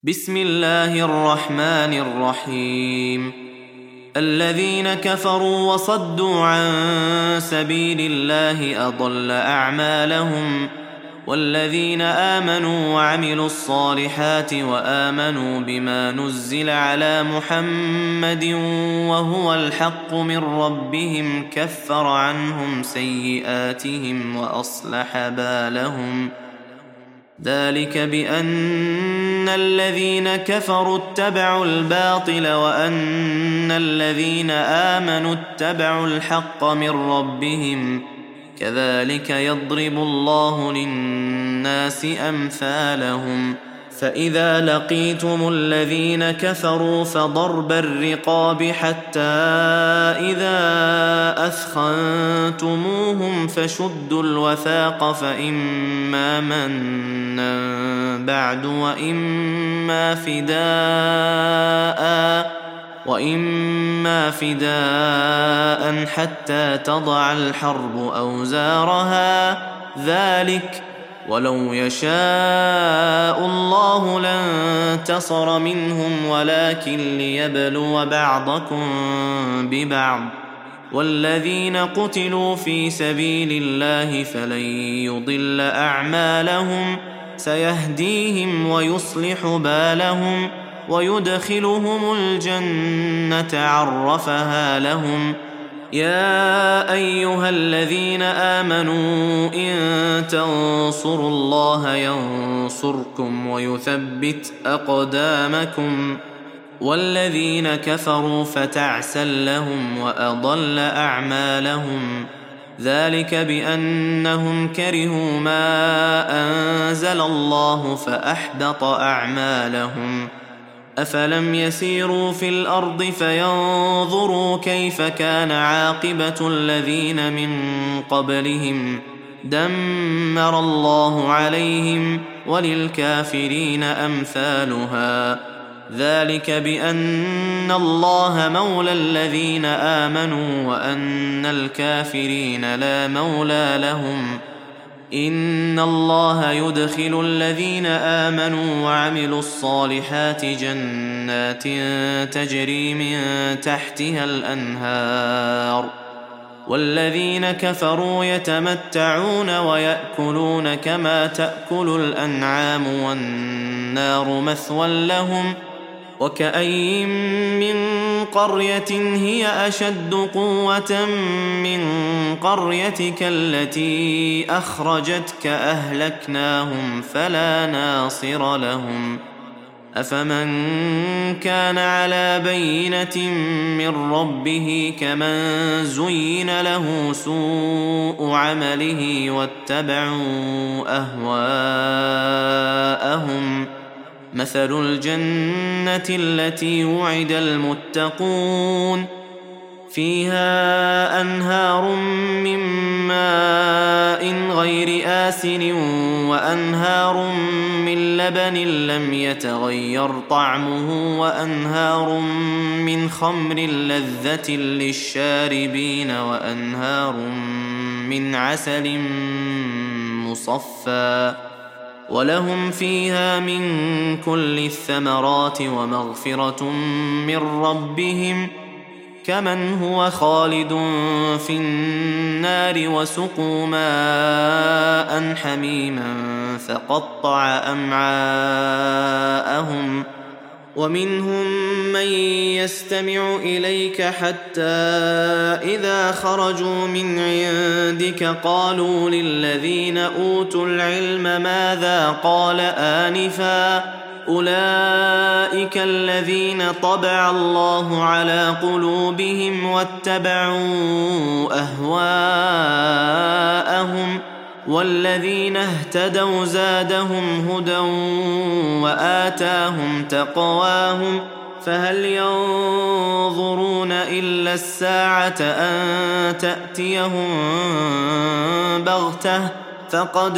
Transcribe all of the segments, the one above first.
بسم الله الرحمن الرحيم. الذين كفروا وصدوا عن سبيل الله أضل أعمالهم، والذين آمنوا وعملوا الصالحات وآمنوا بما نزل على محمد وهو الحق من ربهم كفر عنهم سيئاتهم وأصلح بالهم. ذلك بأن الذين كفروا اتبعوا الباطل وأن الذين آمنوا اتبعوا الحق من ربهم، كذلك يضرب الله للناس أمثالهم. فإذا لقيتم الذين كفروا فضرب الرقاب حتى إذا أثخنتموهم فشدوا الوثاق، فإما منا بعد وإما فداء حتى تضع الحرب أوزارها، ذلك ولو يشاء الله لانتصر منهم ولكن ليبلو بعضكم ببعض. والذين قتلوا في سبيل الله فلن يضل أعمالهم، سيهديهم ويصلح بالهم ويدخلهم الجنة عرفها لهم. يا أيها الذين آمنوا إن تنصروا الله ينصركم ويثبت أقدامكم. والذين كفروا فتعسا لهم وأضل أعمالهم. ذلك بأنهم كرهوا ما أنزل الله فأحبط أعمالهم. أفلم يسيروا في الأرض فينظروا كيف كان عاقبة الذين من قبلهم، دمر الله عليهم وللكافرين أمثالها. ذلك بأن الله مولى الذين آمنوا وأن الكافرين لا مولى لهم. إن الله يدخل الذين آمنوا وعملوا الصالحات جنات تجري من تحتها الأنهار، والذين كفروا يتمتعون ويأكلون كما تأكل الأنعام والنار مثوى لهم. وكأين من قرية هي أشد قوة من قريتك التي أخرجتك أهلكناهم فلا ناصر لهم. أفمن كان على بينة من ربه كمن زين له سوء عمله واتبعوا أهواءهم. مثل الجنة التي وعد المتقون فيها أنهار من ماء غير آسن وأنهار من لبن لم يتغير طعمه وأنهار من خمر لذة للشاربين وأنهار من عسل مصفى، ولهم فيها من كل الثمرات ومغفرة من ربهم، كمن هو خالد في النار وسقوا ماء حميما فقطع أمعاءهم. ومنهم من يستمع إليك حتى إذا خرجوا من عندك قالوا للذين أوتوا العلم ماذا قال آنفا، أولئك الذين طبع الله على قلوبهم واتبعوا أهواءهم. والذين اهتدوا زادهم هدى وآتاهم تقواهم. فهل ينظرون إلا الساعة أن تأتيهم بغتة، فقد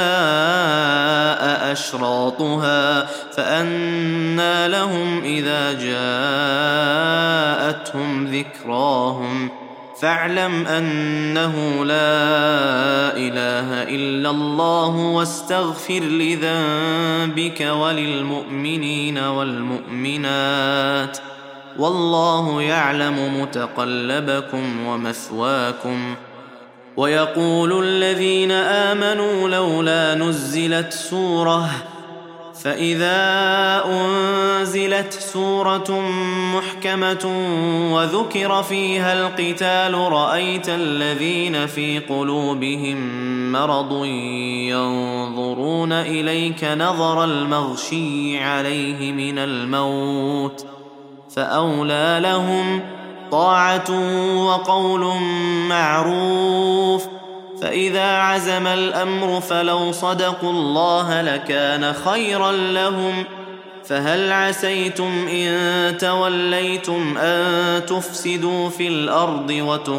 جاء أشراطها، فأنى لهم إذا جاءتهم ذكراهم. فاعلم أنه لا إله إلا الله واستغفر لذنبك وللمؤمنين والمؤمنات والله يعلم متقلبكم ومثواكم. ويقول الذين آمنوا لولا نزلت سورة، فإذا أنزلت سورة محكمة وذكر فيها القتال رأيت الذين في قلوبهم مرض ينظرون إليك نظر المغشي عليه من الموت، فأولى لهم طاعة وقول معروف. فإذا عزم الأمر فلو صدقوا الله لكان خيرا لهم. فهل عسيتم إن توليتم أن تفسدوا في الأرض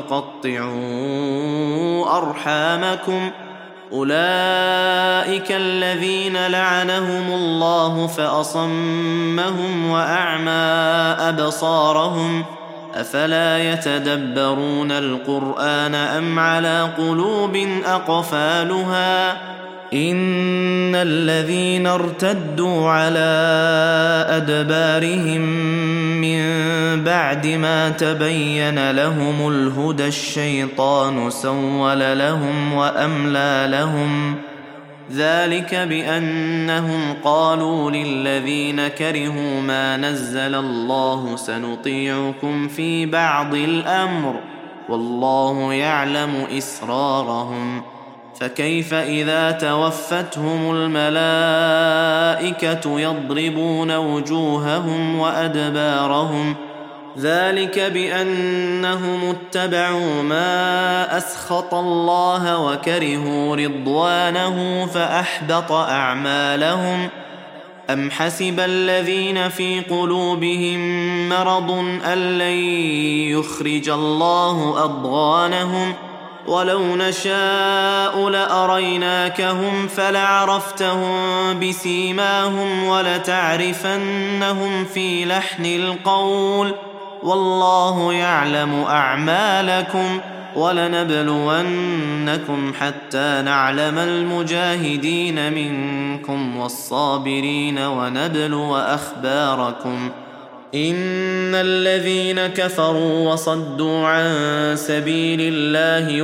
وتقطعوا أرحامكم؟ أولئك الذين لعنهم الله فأصمهم وأعمى أبصارهم، أفلا يتدبرون القرآن أم على قلوب أقفالها؟ إن الذين ارتدوا على أدبارهم من بعد ما تبين لهم الهدى الشيطان سول لهم وأملى لهم، ذلك بأنهم قالوا للذين كرهوا ما نزل الله سنطيعكم في بعض الأمر والله يعلم إسرارهم. فكيف إذا توفتهم الملائكة يضربون وجوههم وأدبارهم؟ ذلك بأنهم اتبعوا ما أسخط الله وكرهوا رضوانه فأحبط أعمالهم. أم حسب الذين في قلوبهم مرض أن لن يخرج الله أضغانهم؟ ولو نشاء لأريناكهم فلعرفتهم بسيماهم ولتعرفنهم في لحن القول والله يعلم أعمالكم. ولنبلونكم حتى نعلم المجاهدين منكم والصابرين ونبلو أخباركم. إن الذين كفروا وصدوا عن سبيل الله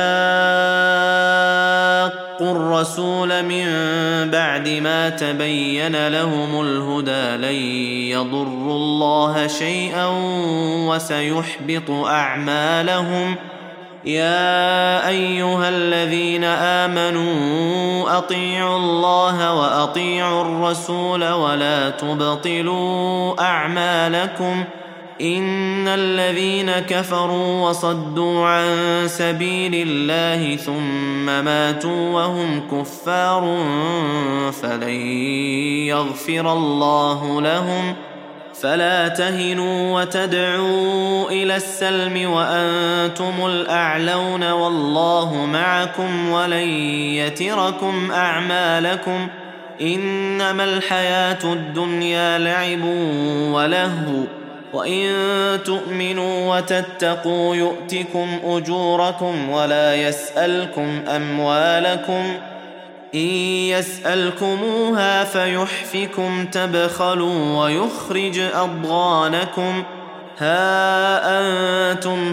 وشاقوا الرسول من بعد ما تبين لهم الهدى لن يضروا الله شيئا وسيحبط أعمالهم. يا أيها الذين آمنوا أطيعوا الله وأطيعوا الرسول ولا تبطلوا أعمالكم. إن الذين كفروا وصدوا عن سبيل الله ثم ماتوا وهم كفار فلن يغفر الله لهم. فلا تهنوا وتدعوا إلى السلم وأنتم الأعلون والله معكم ولن يتركم أعمالكم. إنما الحياة الدنيا لعب ولهو وإن تؤمنوا وتتقوا يؤتكم أجوركم ولا يسألكم أموالكم. إن يسألكموها فيحفكم تبخلوا ويخرج أضغانكم. ها أنتم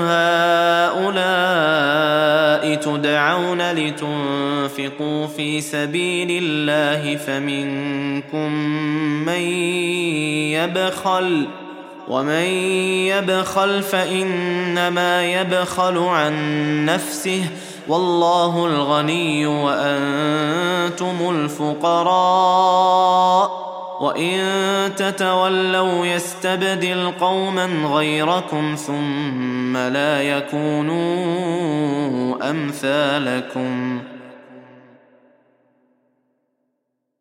هؤلاء تدعون لتنفقوا في سبيل الله فمنكم من يبخل ومن يبخل فإنما يبخل عن نفسه والله الغني وأنتم الفقراء. وإن تتولوا يستبدل قوما غيركم ثم لا يكونوا أمثالكم.